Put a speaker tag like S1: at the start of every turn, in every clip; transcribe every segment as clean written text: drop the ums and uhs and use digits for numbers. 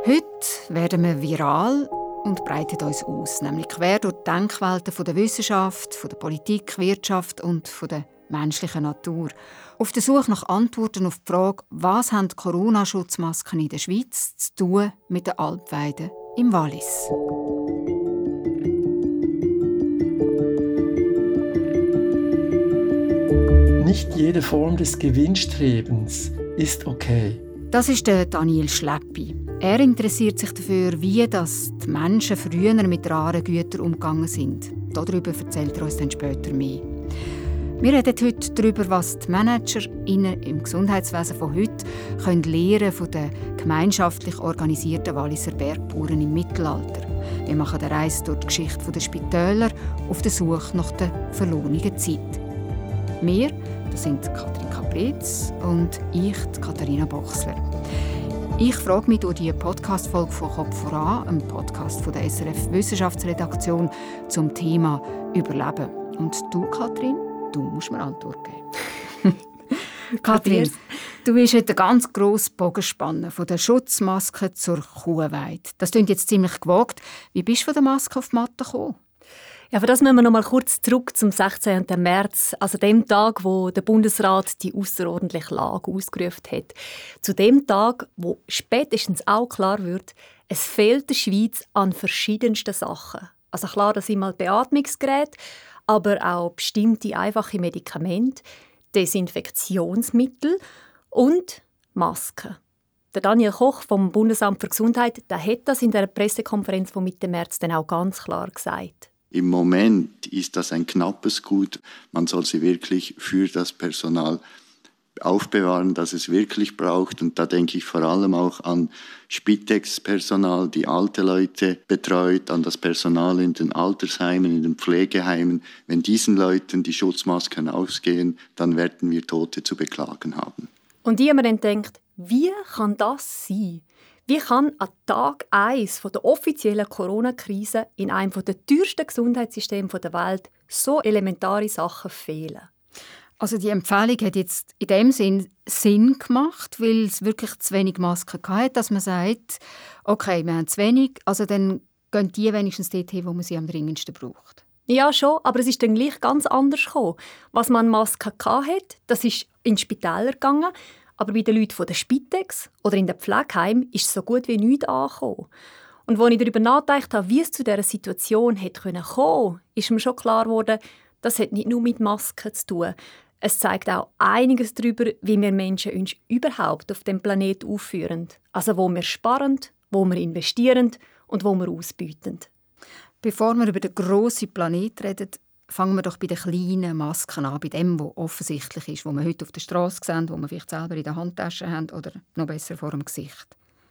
S1: Heute werden wir viral und breiten uns aus, nämlich quer durch die Denkwelten von der Wissenschaft, von der Politik, Wirtschaft und von der menschlichen Natur. Auf der Suche nach Antworten auf die Frage, was haben die Corona-Schutzmasken in der Schweiz zu tun mit den Alpweiden im Wallis?
S2: Nicht jede Form des Gewinnstrebens ist okay.
S1: Das ist der Daniel Schleppi. Er interessiert sich dafür, wie die Menschen früher mit raren Gütern umgegangen sind. Darüber erzählt er uns dann später mehr. Wir reden heute darüber, was die ManagerInnen im Gesundheitswesen von heute lernen können von den gemeinschaftlich organisierten Walliser Bergbauern im Mittelalter. Wir machen eine Reise durch die Geschichte der Spitäler auf der Suche nach der verlorenen Zeit. Wir, das sind Katrin Kapretz und ich, Katharina Bochsler. Ich frage mich durch die Podcast-Folge von «Kopf voran», einem Podcast von der SRF Wissenschaftsredaktion zum Thema Überleben. Und du, Katrin, du musst mir Antwort geben. Katrin, du willst heute einen ganz grossen Bogen spannen, von der Schutzmaske zur Kuhweide. Das klingt jetzt ziemlich gewagt. Wie bist du von der Maske auf die Matte gekommen?
S3: Ja, für das müssen wir noch mal kurz zurück zum 16. März, also dem Tag, wo der Bundesrat die außerordentliche Lage ausgerufen hat. Zu dem Tag, wo spätestens auch klar wird, es fehlt der Schweiz an verschiedensten Sachen. Also klar, das sind mal Beatmungsgeräte, aber auch bestimmte einfache Medikamente, Desinfektionsmittel und Masken. Der Daniel Koch vom Bundesamt für Gesundheit, der hat das in der Pressekonferenz von Mitte März dann auch ganz klar gesagt.
S4: Im Moment ist das ein knappes Gut. Man soll sie wirklich für das Personal aufbewahren, das es wirklich braucht. Und da denke ich vor allem auch an Spitex-Personal, die alte Leute betreut, an das Personal in den Altersheimen, in den Pflegeheimen. Wenn diesen Leuten die Schutzmasken ausgehen, dann werden wir Tote zu beklagen haben.
S3: Und ich habe mir dann gedacht, wie kann das sein? Wie kann an Tag 1 der offiziellen Corona-Krise in einem der teuersten Gesundheitssysteme der Welt so elementare Sachen fehlen?
S1: Also die Empfehlung hat jetzt in dem Sinn gemacht, weil es wirklich zu wenig Masken hatte, dass man sagt, okay, wir haben zu wenig, also dann gehen die wenigstens dorthin, wo man sie am dringendsten braucht.
S3: Ja, schon, aber es ist dann gleich ganz anders gekommen. Was man an Masken hatte, das ist in Spitäler gegangen, aber bei den Leuten von der Spitex oder in den Pflegeheimen ist so gut wie nichts angekommen. Und als ich darüber nachgedacht habe, wie es zu dieser Situation hätte kommen können, ist mir schon klar geworden, das hat nicht nur mit Masken zu tun. Es zeigt auch einiges darüber, wie wir Menschen uns überhaupt auf dem Planeten aufführen. Also wo wir sparen, wo wir investieren und wo wir ausbeuten.
S1: Bevor wir über den grossen Planeten reden, fangen wir doch bei den kleinen Masken an, bei dem, was offensichtlich ist, was wir heute auf der Straße sehen, was wir vielleicht selber in der Handtasche haben oder noch besser vor dem Gesicht.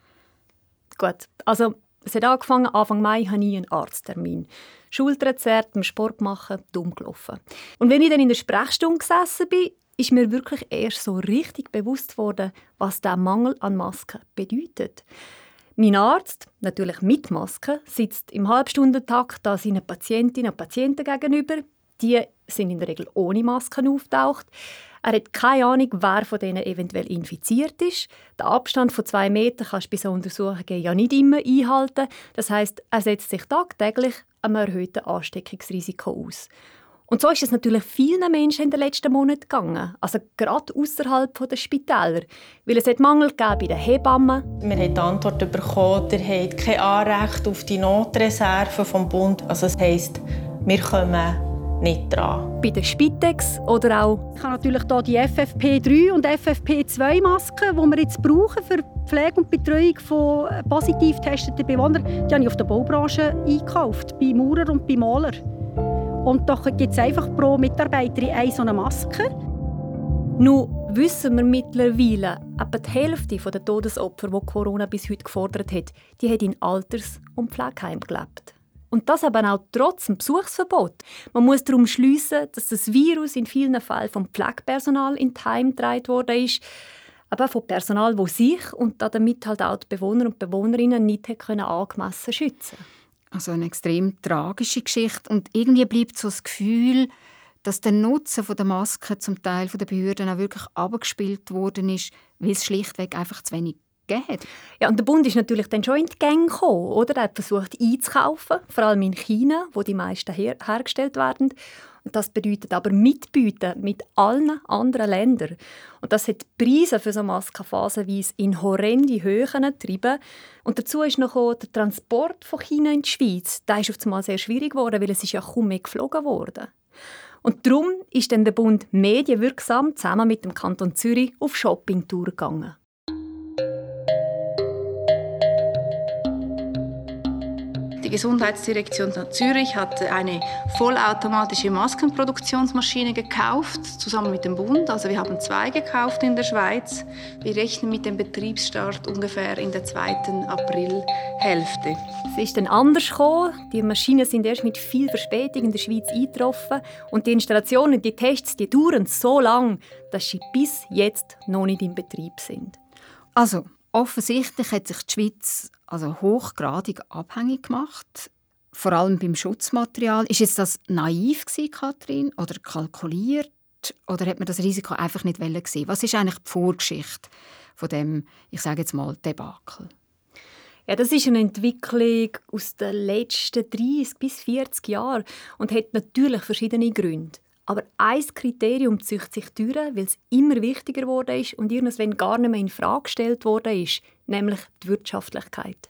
S3: Gut, also es hat angefangen, Anfang Mai hatte ich einen Arzttermin. Schultern zerrt, beim Sport machen, dumm gelaufen. Und wenn ich dann in der Sprechstunde gesessen bin, ist mir wirklich erst so richtig bewusst geworden, was der Mangel an Masken bedeutet. Mein Arzt, natürlich mit Maske, sitzt im Halbstundentakt da seinen Patientinnen und Patienten gegenüber. Die sind in der Regel ohne Masken auftaucht. Er hat keine Ahnung, wer von denen eventuell infiziert ist. Den Abstand von 2 Metern kannst du bei so Untersuchungen ja nicht immer einhalten. Das heisst, er setzt sich tagtäglich einem erhöhten Ansteckungsrisiko aus. Und so ist es natürlich vielen Menschen in den letzten Monaten gegangen. Also gerade ausserhalb der Spitäler. Weil es hat Mangel gegeben bei den Hebammen.
S5: Wir haben die Antwort bekommen, ihr habt kein Anrecht auf die Notreserve vom Bund. Also das heisst, wir kommen nicht dran.
S3: Bei der Spitex oder auch...
S6: Ich habe natürlich hier die FFP3 und FFP2-Masken, die wir jetzt brauchen für die Pflege und Betreuung von positiv getesteten Bewohnern. Die habe ich auf der Baubranche eingekauft, bei Maurer und bei Maler. Und da gibt es einfach pro Mitarbeiterin eine so eine Maske.
S3: Nun wissen wir mittlerweile, etwa die Hälfte der Todesopfer, die Corona bis heute gefordert hat, die hat in Alters- und Pflegeheimen gelebt. Und das eben auch trotz dem Besuchsverbot. Man muss darum schliessen, dass das Virus in vielen Fällen vom Pflegepersonal in die Heime getragen worden ist. Aber von Personal, das sich und damit halt auch die Bewohner und Bewohnerinnen nicht angemessen schützen konnte.
S1: Also eine extrem tragische Geschichte. Und irgendwie bleibt so das Gefühl, dass der Nutzen der Masken zum Teil von den Behörden auch wirklich abgespielt worden ist, weil es schlichtweg einfach zu wenig gegeben hat.
S3: Ja, und der Bund ist natürlich dann schon in die Gänge gekommen, oder? Er hat versucht einzukaufen, vor allem in China, wo die meisten hergestellt werden. Und das bedeutet aber mitbieten mit allen anderen Ländern. Und das hat die Preise für so Masken phasenweise in horrende Höhen getrieben. Und dazu ist noch der Transport von China in die Schweiz. Der ist auf einmal sehr schwierig geworden, weil es ist ja kaum mehr geflogen wurde. Und darum ist dann der Bund medienwirksam zusammen mit dem Kanton Zürich auf Shoppingtour gegangen.
S7: Die Gesundheitsdirektion Zürich hat eine vollautomatische Maskenproduktionsmaschine gekauft, zusammen mit dem Bund. Also wir haben 2 gekauft in der Schweiz. Wir rechnen mit dem Betriebsstart ungefähr in der 2. Aprilhälfte.
S3: Es ist dann anders gekommen. Die Maschinen sind erst mit viel Verspätung in der Schweiz eingetroffen. Und die Installationen, die Tests, die dauern so lange, dass sie bis jetzt noch nicht in Betrieb sind.
S1: Also, offensichtlich hat sich die Schweiz hochgradig abhängig gemacht, vor allem beim Schutzmaterial. Ist jetzt das naiv gewesen, Kathrin, oder kalkuliert? Oder hat man das Risiko einfach nicht sehen? Was ist eigentlich die Vorgeschichte von dem, ich sage jetzt mal, Debakel?
S3: Ja, das ist eine Entwicklung aus den letzten 30 bis 40 Jahren und hat natürlich verschiedene Gründe. Aber ein Kriterium zieht sich durch, weil es immer wichtiger geworden ist und irgendwann gar nicht mehr in Frage gestellt worden ist, nämlich die Wirtschaftlichkeit.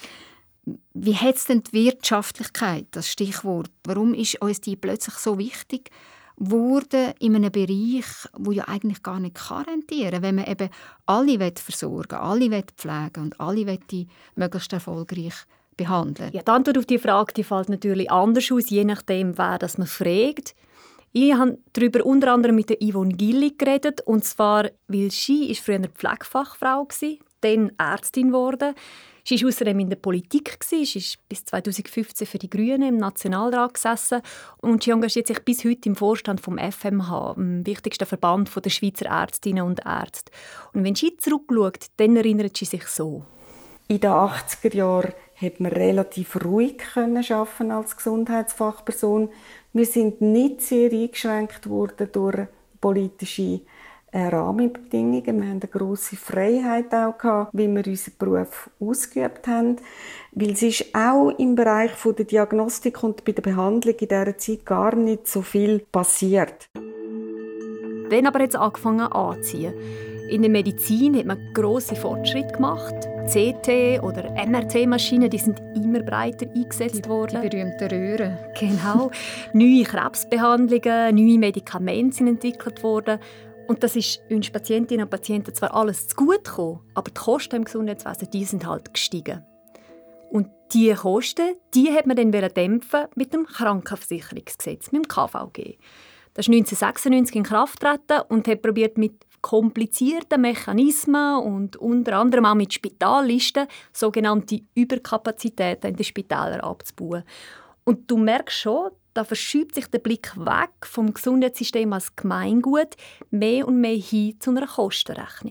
S1: Wie hat es denn die Wirtschaftlichkeit, das Stichwort? Warum ist uns die plötzlich so wichtig geworden in einem Bereich, wo ja eigentlich gar nicht rentieren kann, wenn man eben alle versorgen will, alle pflegen und alle möglichst erfolgreich behandeln?
S3: Ja, die Antwort auf diese Frage die fällt natürlich anders aus, je nachdem, wer das man fragt. Ich habe darüber unter anderem mit der Yvonne Gilli geredet, und zwar, weil sie früher Pflegefachfrau war, dann Ärztin wurde. Sie war außerdem in der Politik, sie ist bis 2015 für die Grünen im Nationalrat gesessen und sie engagiert sich bis heute im Vorstand vom FMH, dem wichtigsten Verband der Schweizer Ärztinnen und Ärzte. Und wenn sie zurückschaut, dann erinnert sie sich so.
S8: In den 80er Jahren konnte man relativ ruhig arbeiten als Gesundheitsfachperson. Wir sind nicht sehr eingeschränkt worden durch politische Rahmenbedingungen. Wir hatten eine grosse Freiheit auch gehabt, wie wir unseren Beruf ausgeübt haben. Weil es ist auch im Bereich der Diagnostik und bei der Behandlung in dieser Zeit gar nicht so viel passiert.
S3: Dann aber jetzt angefangen anzuziehen. In der Medizin hat man grosse Fortschritte gemacht. CT- oder MRT-Maschinen, die sind immer breiter eingesetzt worden.
S1: Die berühmten Röhren.
S3: Genau. Neue Krebsbehandlungen, neue Medikamente sind entwickelt worden. Und das ist uns Patientinnen und Patienten zwar alles zu gut gekommen, aber die Kosten im Gesundheitswesen, die sind halt gestiegen. Und diese Kosten, die hat man dann dämpfen mit dem Krankenversicherungsgesetz, mit dem KVG. Das ist 1996 in Kraft getreten und hat probiert, mit komplizierten Mechanismen und unter anderem auch mit Spitallisten sogenannte Überkapazitäten in den Spitälern abzubauen. Und du merkst schon, da verschiebt sich der Blick weg vom Gesundheitssystem als Gemeingut mehr und mehr hin zu einer Kostenrechnung.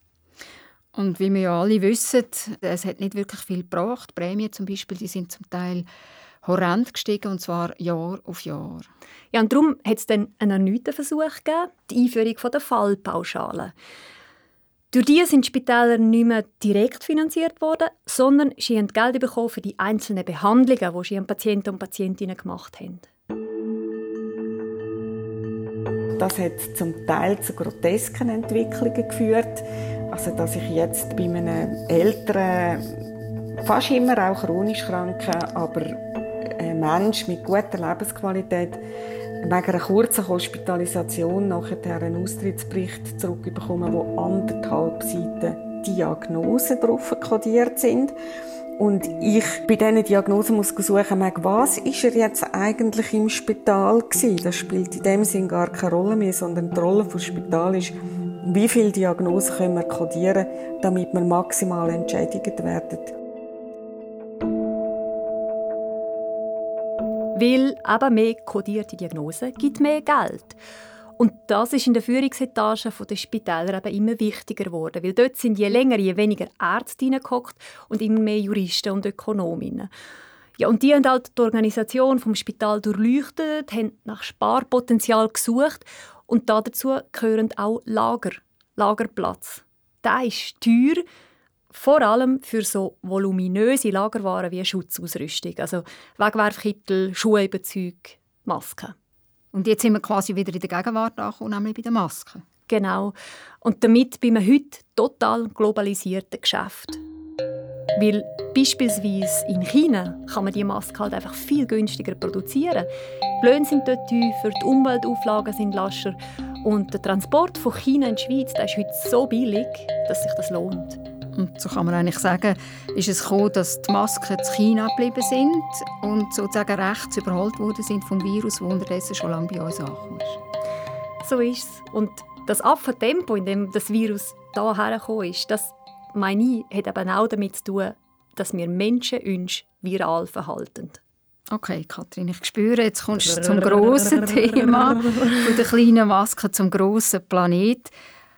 S1: Und wie wir ja alle wissen, es hat nicht wirklich viel gebracht. Die Prämien zum Beispiel, die sind zum Teil horrend gestiegen, und zwar Jahr auf Jahr.
S3: Ja, und darum hat es dann einen erneuten Versuch gegeben, die Einführung der Fallpauschalen. Durch die sind die Spitäler nicht mehr direkt finanziert worden, sondern sie haben Geld bekommen für die einzelnen Behandlungen, die sie an Patienten und Patientinnen gemacht haben.
S8: Das hat zum Teil zu grotesken Entwicklungen geführt. Also, dass ich jetzt bei einem älteren, fast immer auch chronisch kranken, aber Mensch mit guter Lebensqualität wegen einer kurzen Hospitalisation nachher einen Austrittsbericht zurückbekommen, wo 1,5 Seiten Diagnosen drauf kodiert sind. Und ich bei diesen Diagnosen muss suchen, was ist er jetzt eigentlich im Spital gewesen? Das spielt in dem Sinn gar keine Rolle mehr, sondern die Rolle des Spitals ist, wie viele Diagnosen können wir kodieren, damit wir maximal entschädigt werden.
S3: Weil eben mehr kodierte Diagnosen gibt mehr Geld. Und das ist in der Führungsetage der Spitäler eben immer wichtiger geworden, weil dort sind je länger, je weniger Ärzte hineingehockt und immer mehr Juristen und Ökonominnen. Ja, und die haben halt die Organisation vom Spital durchleuchtet, haben nach Sparpotenzial gesucht und dazu gehören auch Lagerplatz. Der ist teuer, Vor allem für so voluminöse Lagerwaren wie Schutzausrüstung, also Wegwerfkittel, Schuhüberzüge, Masken.
S1: Und jetzt sind wir quasi wieder in der Gegenwart angekommen, nämlich bei den Masken.
S3: Genau. Und damit bei einem heute total globalisierten Geschäft. Weil beispielsweise in China kann man die Maske halt einfach viel günstiger produzieren. Die Löhne sind dort tiefer, die Umweltauflagen sind lascher und der Transport von China in die Schweiz der ist heute so billig, dass sich das lohnt.
S1: Und so kann man eigentlich sagen, ist es gekommen, dass die Masken in China geblieben sind und sozusagen rechts überholt worden sind vom Virus, das unterdessen schon lange bei uns angekommen ist.
S3: So ist es. Und das Affentempo, in dem das Virus hierher gekommen ist, das, meine ich, hat eben auch damit zu tun, dass wir Menschen uns viral verhalten.
S1: Okay, Kathrin, ich spüre, jetzt kommst du zum grossen Thema, von der kleinen Maske zum grossen Planet.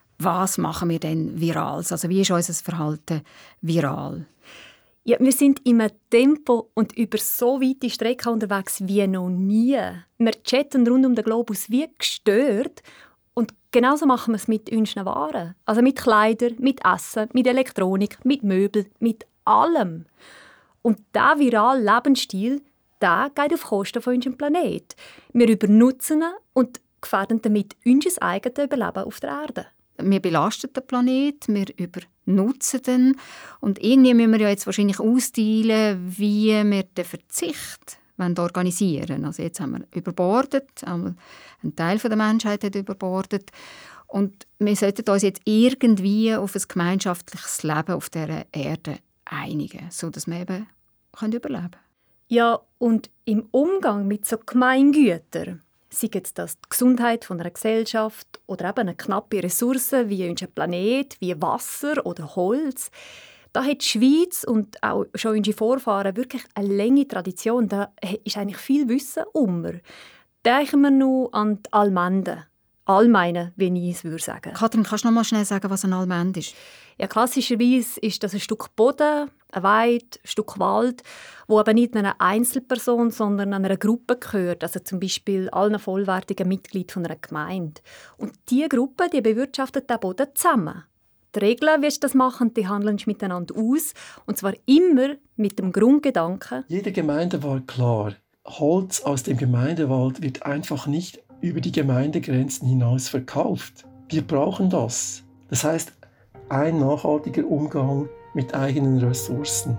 S1: Was machen wir denn viral? Also wie ist unser Verhalten viral?
S3: Ja, wir sind in einem Tempo und über so weite Strecken unterwegs wie noch nie. Wir chatten rund um den Globus wie gestört. Und genauso machen wir es mit unseren Waren. Also mit Kleidern, mit Essen, mit Elektronik, mit Möbeln, mit allem. Und dieser virale Lebensstil, der geht auf Kosten von unserem Planeten. Wir übernutzen ihn und gefährden damit unser eigenes Überleben auf der Erde.
S1: Wir belasten den Planeten, wir übernutzen ihn. Und irgendwie müssen wir ja jetzt wahrscheinlich austeilen, wie wir den Verzicht organisieren wollen. Also jetzt haben wir überbordet, ein Teil der Menschheit hat überbordet. Und wir sollten uns jetzt irgendwie auf ein gemeinschaftliches Leben auf dieser Erde einigen, sodass wir eben überleben können.
S3: Ja, und im Umgang mit so Gemeingütern, sei es das die Gesundheit einer Gesellschaft oder eben eine knappe Ressource wie unser Planet, wie Wasser oder Holz, da hat die Schweiz und auch schon unsere Vorfahren wirklich eine lange Tradition. Da ist eigentlich viel Wissen ummer. Denken wir nur an die Allmende. Allmeine, wie ich es sagen würde.
S1: Kathrin, kannst du noch mal schnell sagen, was eine Allmende ist?
S3: Ja, klassischerweise ist das ein Stück Boden, eine Weide, ein Stück Wald, wo aber nicht einer Einzelperson, sondern einer Gruppe gehört, also zum Beispiel allen vollwertigen Mitgliedern einer Gemeinde. Und diese Gruppe, die bewirtschaftet den Boden zusammen. Die Regeln, wie sie das machen, die handeln miteinander aus, und zwar immer mit dem Grundgedanken.
S2: Jede Gemeinde war klar, Holz aus dem Gemeindewald wird einfach nicht über die Gemeindegrenzen hinaus verkauft. Wir brauchen das. Das heißt, ein nachhaltiger Umgang mit eigenen Ressourcen.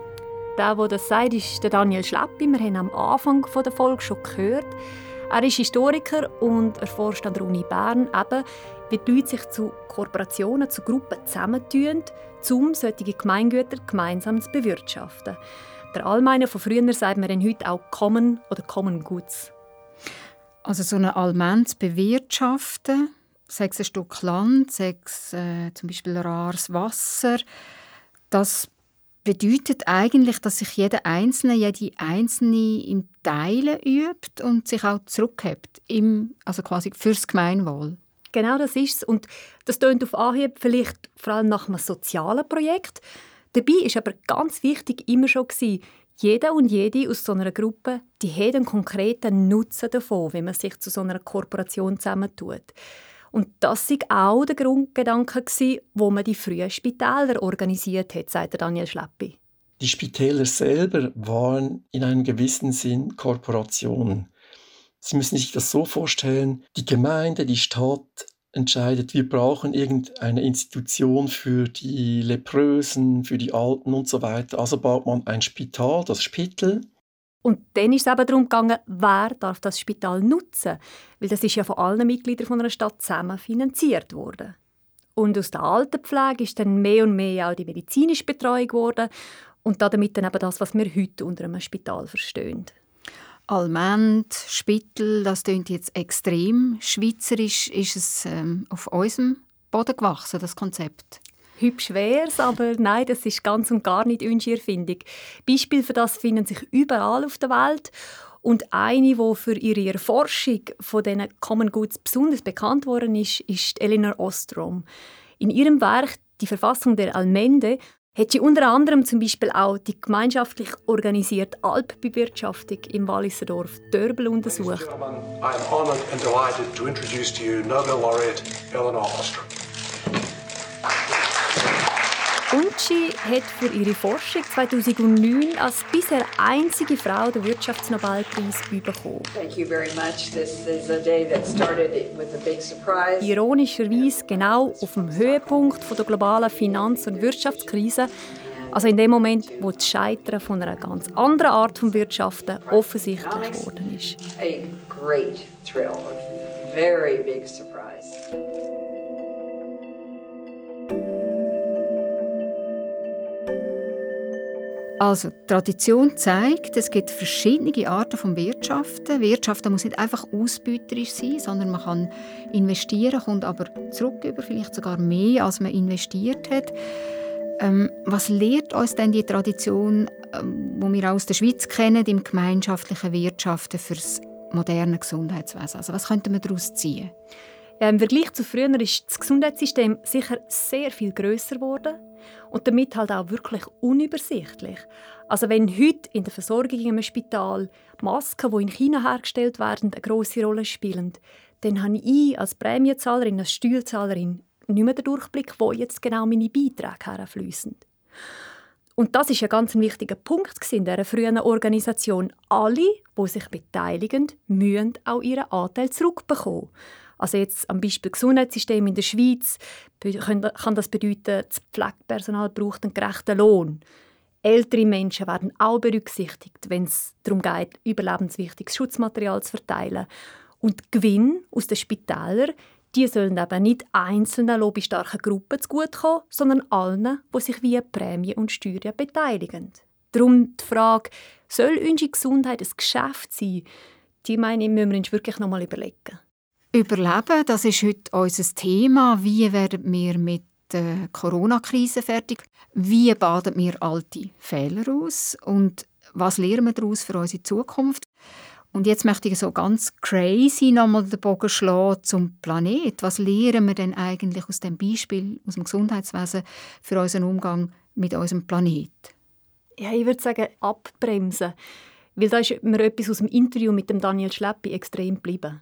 S3: Der das sagt, ist der Daniel Schleppi. Wir haben am Anfang der Folge schon gehört. Er ist Historiker und erforscht an der Uni Bern, eben, wie die Leute sich zu Kooperationen, zu Gruppen zusammentun, um solche Gemeingüter gemeinsam zu bewirtschaften. Der Allgemeine von früher sagt man heute auch Common oder Common Goods.
S1: Also so eine Allmende zu bewirtschaften, sei es ein Stück Land, sei es zum Beispiel rares Wasser, das bedeutet eigentlich, dass sich jede Einzelne im Teilen übt und sich auch zurückhebt, also quasi fürs Gemeinwohl.
S3: Genau, das ist es. Und das tönt auf Anhieb vielleicht vor allem nach einem sozialen Projekt. Dabei war aber ganz wichtig immer schon, jeder und jede aus so einer Gruppe, die hat einen konkreten Nutzen davon, wenn man sich zu so einer Kooperation zusammentut. Und das war auch der Grundgedanke, wo man die frühen Spitäler organisiert hat, sagt Daniel Schleppi.
S2: Die Spitäler selber waren in einem gewissen Sinn Korporationen. Sie müssen sich das so vorstellen, die Gemeinde, die Stadt entscheidet, wir brauchen irgendeine Institution für die Leprösen, für die Alten und so weiter. Also baut man ein Spital, das Spital.
S3: Und dann ist es eben darum gegangen, wer darf das Spital nutzen? Weil das ist ja von allen Mitgliedern von einer Stadt zusammen finanziert worden. Und aus der Altenpflege ist dann mehr und mehr auch die medizinische Betreuung geworden und damit dann eben das, was wir heute unter einem Spital verstehen.
S1: Allmende, Spital, das klingt jetzt extrem. Schweizerisch ist es auf unserem Boden gewachsen, das Konzept.
S3: Hübsch wär's, aber nein, das ist ganz und gar nicht unsere Erfindung. Beispiele für das finden sich überall auf der Welt. Und eine, die für ihre Erforschung von diesen Common Goods besonders bekannt worden ist Elinor Ostrom. In ihrem Werk «Die Verfassung der Allmende» hat sie unter anderem zum Beispiel auch die gemeinschaftlich organisierte Alpbewirtschaftung im Walliser Dorf Dörbel untersucht.
S9: I am honored and delighted to introduce to you Nobel laureate Elinor Ostrom.
S3: Und Ritchie hat für ihre Forschung 2009 als bisher einzige Frau den Wirtschaftsnobelpreis bekommen.
S10: Thank you very much. This is a day that started with a big surprise.
S3: Ironischerweise genau auf dem Höhepunkt der globalen Finanz- und Wirtschaftskrise. Also in dem Moment, wo das Scheitern von einer ganz anderen Art von Wirtschaften offensichtlich geworden ist.
S10: A great thrill, a very big surprise.
S1: Also, die Tradition zeigt, es gibt verschiedene Arten von Wirtschaften. Wirtschaften muss nicht einfach ausbeuterisch sein, sondern man kann investieren, kommt aber zurück über vielleicht sogar mehr, als man investiert hat. Was lehrt uns denn die Tradition, die wir aus der Schweiz kennen, im gemeinschaftlichen Wirtschaften für das moderne Gesundheitswesen? Also was könnte man daraus ziehen?
S3: Ja, im Vergleich zu früher ist das Gesundheitssystem sicher sehr viel grösser geworden und damit halt auch wirklich unübersichtlich. Also wenn heute in der Versorgung in einem Spital Masken, die in China hergestellt werden, eine grosse Rolle spielen, dann habe ich als Prämienzahlerin, als Steuerzahlerin nicht mehr den Durchblick, wo jetzt genau meine Beiträge herfliessen. Und das ist ein ganz wichtiger Punkt in dieser frühen Organisation. Alle, die sich beteiligen, müssen auch ihren Anteil zurückbekommen. Also jetzt am Beispiel Gesundheitssystem in der Schweiz kann das bedeuten, das Pflegepersonal braucht einen gerechten Lohn. Ältere Menschen werden auch berücksichtigt, wenn es darum geht, überlebenswichtiges Schutzmaterial zu verteilen. Und die Gewinne aus den Spitälern, die sollen eben nicht einzelnen lobbystarken Gruppen zugutekommen, sondern allen, die sich via Prämien und Steuern beteiligen. Darum die Frage, soll unsere Gesundheit ein Geschäft sein, die meine ich, müssen wir uns wirklich noch mal überlegen.
S1: Überleben, das ist heute unser Thema. Wie werden wir mit der Corona-Krise fertig? Wie baden wir alte Fehler aus? Und was lernen wir daraus für unsere Zukunft? Und jetzt möchte ich so ganz crazy nochmal den Bogen schlagen zum Planet. Was lernen wir denn eigentlich aus dem Beispiel aus dem Gesundheitswesen für unseren Umgang mit unserem Planet?
S3: Ja, ich würde sagen, abbremsen. Weil da ist mir etwas aus dem Interview mit dem Daniel Schleppi extrem geblieben.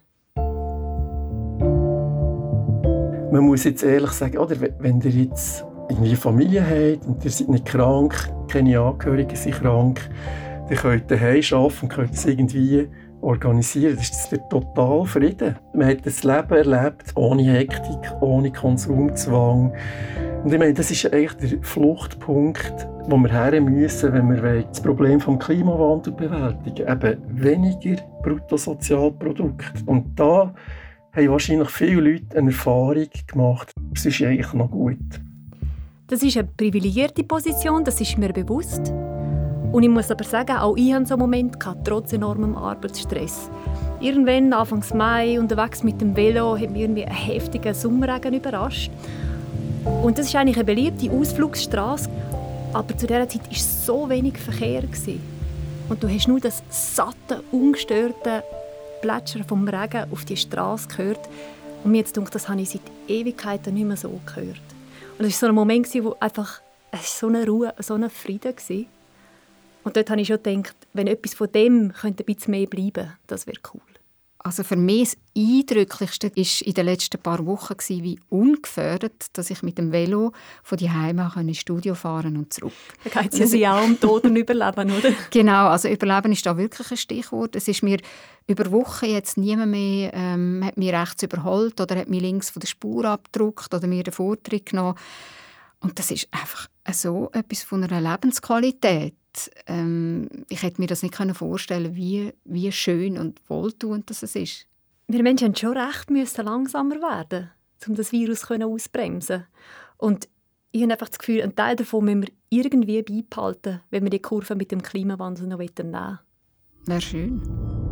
S2: Man muss jetzt ehrlich sagen, oder, wenn ihr jetzt irgendwie eine Familie habt und ihr seid nicht krank, keine Angehörigen sind krank, dann könnt ihr daheim arbeiten und könnt es irgendwie organisieren. Das ist der totale Frieden. Man hat das Leben erlebt, ohne Hektik, ohne Konsumzwang. Und ich meine, das ist eigentlich der Fluchtpunkt, wo wir her müssen, wenn wir das Problem des Klimawandels bewältigen wollen. Eben weniger Bruttosozialprodukt. Und da haben wahrscheinlich viele Leute eine Erfahrung gemacht. Das ist eigentlich noch gut.
S3: Das ist eine privilegierte Position, das ist mir bewusst. Und ich muss aber sagen, auch ich hatte so einen Moment, trotz enormem Arbeitsstress. Irgendwann, Anfang Mai, unterwegs mit dem Velo, hat mich irgendwie ein heftiger Sommerregen überrascht. Und das ist eigentlich eine beliebte Ausflugsstrasse. Aber zu dieser Zeit war so wenig Verkehr. Und du hast nur das satte, ungestörte Plätschern vom Regen auf die Straße gehört. Und mir jetzt denkt, das habe ich seit Ewigkeiten nicht mehr so gehört. Und es war so ein Moment, wo einfach so eine Ruhe, so ein Frieden war. Und dort habe ich schon gedacht, wenn etwas von dem könnte ein bisschen mehr bleiben, das wäre cool.
S1: Also für mich das Eindrücklichste war in den letzten paar Wochen, wie ungefährdet, dass ich mit dem Velo von die Heime ins Studio fahren und zurück.
S3: Da geht es ja auch um Tod und Überleben, oder?
S1: Genau, also Überleben ist da wirklich ein Stichwort. Es ist mir über Wochen jetzt niemand mehr hat mich rechts überholt oder hat mich links von der Spur abgedrückt oder mir den Vortritt genommen. Und das ist einfach so etwas von einer Lebensqualität. Ich hätte mir das nicht vorstellen können, wie schön und wohltuend das ist.
S3: Wir Menschen mussten schon recht langsamer werden, um das Virus auszubremsen. Und ich habe einfach das Gefühl, einen Teil davon müssen wir irgendwie beibehalten, wenn wir die Kurve mit dem Klimawandel noch nehmen wollen.
S1: Wäre schön.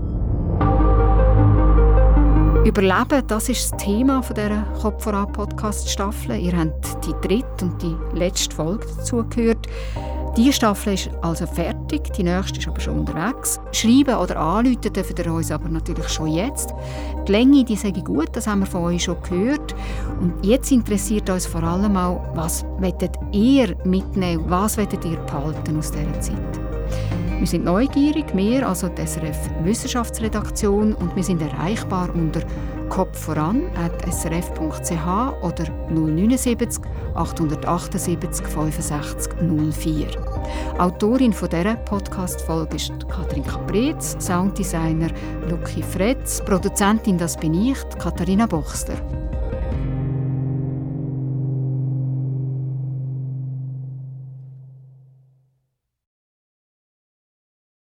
S1: Überleben, das ist das Thema dieser Kopf voran Podcast-Staffel. Ihr habt die dritte und die letzte Folge dazu gehört. Diese Staffel ist also fertig, die nächste ist aber schon unterwegs. Schreiben oder anrufen dürfen ihr uns aber natürlich schon jetzt. Die Länge, die sage ich gut, das haben wir von euch schon gehört. Und jetzt interessiert uns vor allem auch, was wollt ihr mitnehmen, was wollt ihr behalten aus dieser Zeit. Wir sind neugierig, wir, also die SRF Wissenschaftsredaktion, und wir sind erreichbar unter kopfvoran@srf.ch oder 079 878 65 04. Autorin von dieser Podcast-Folge ist Katrin Kapretz, Sounddesigner Luki Fretz, Produzentin «Das bin ich», Katharina Bochsler.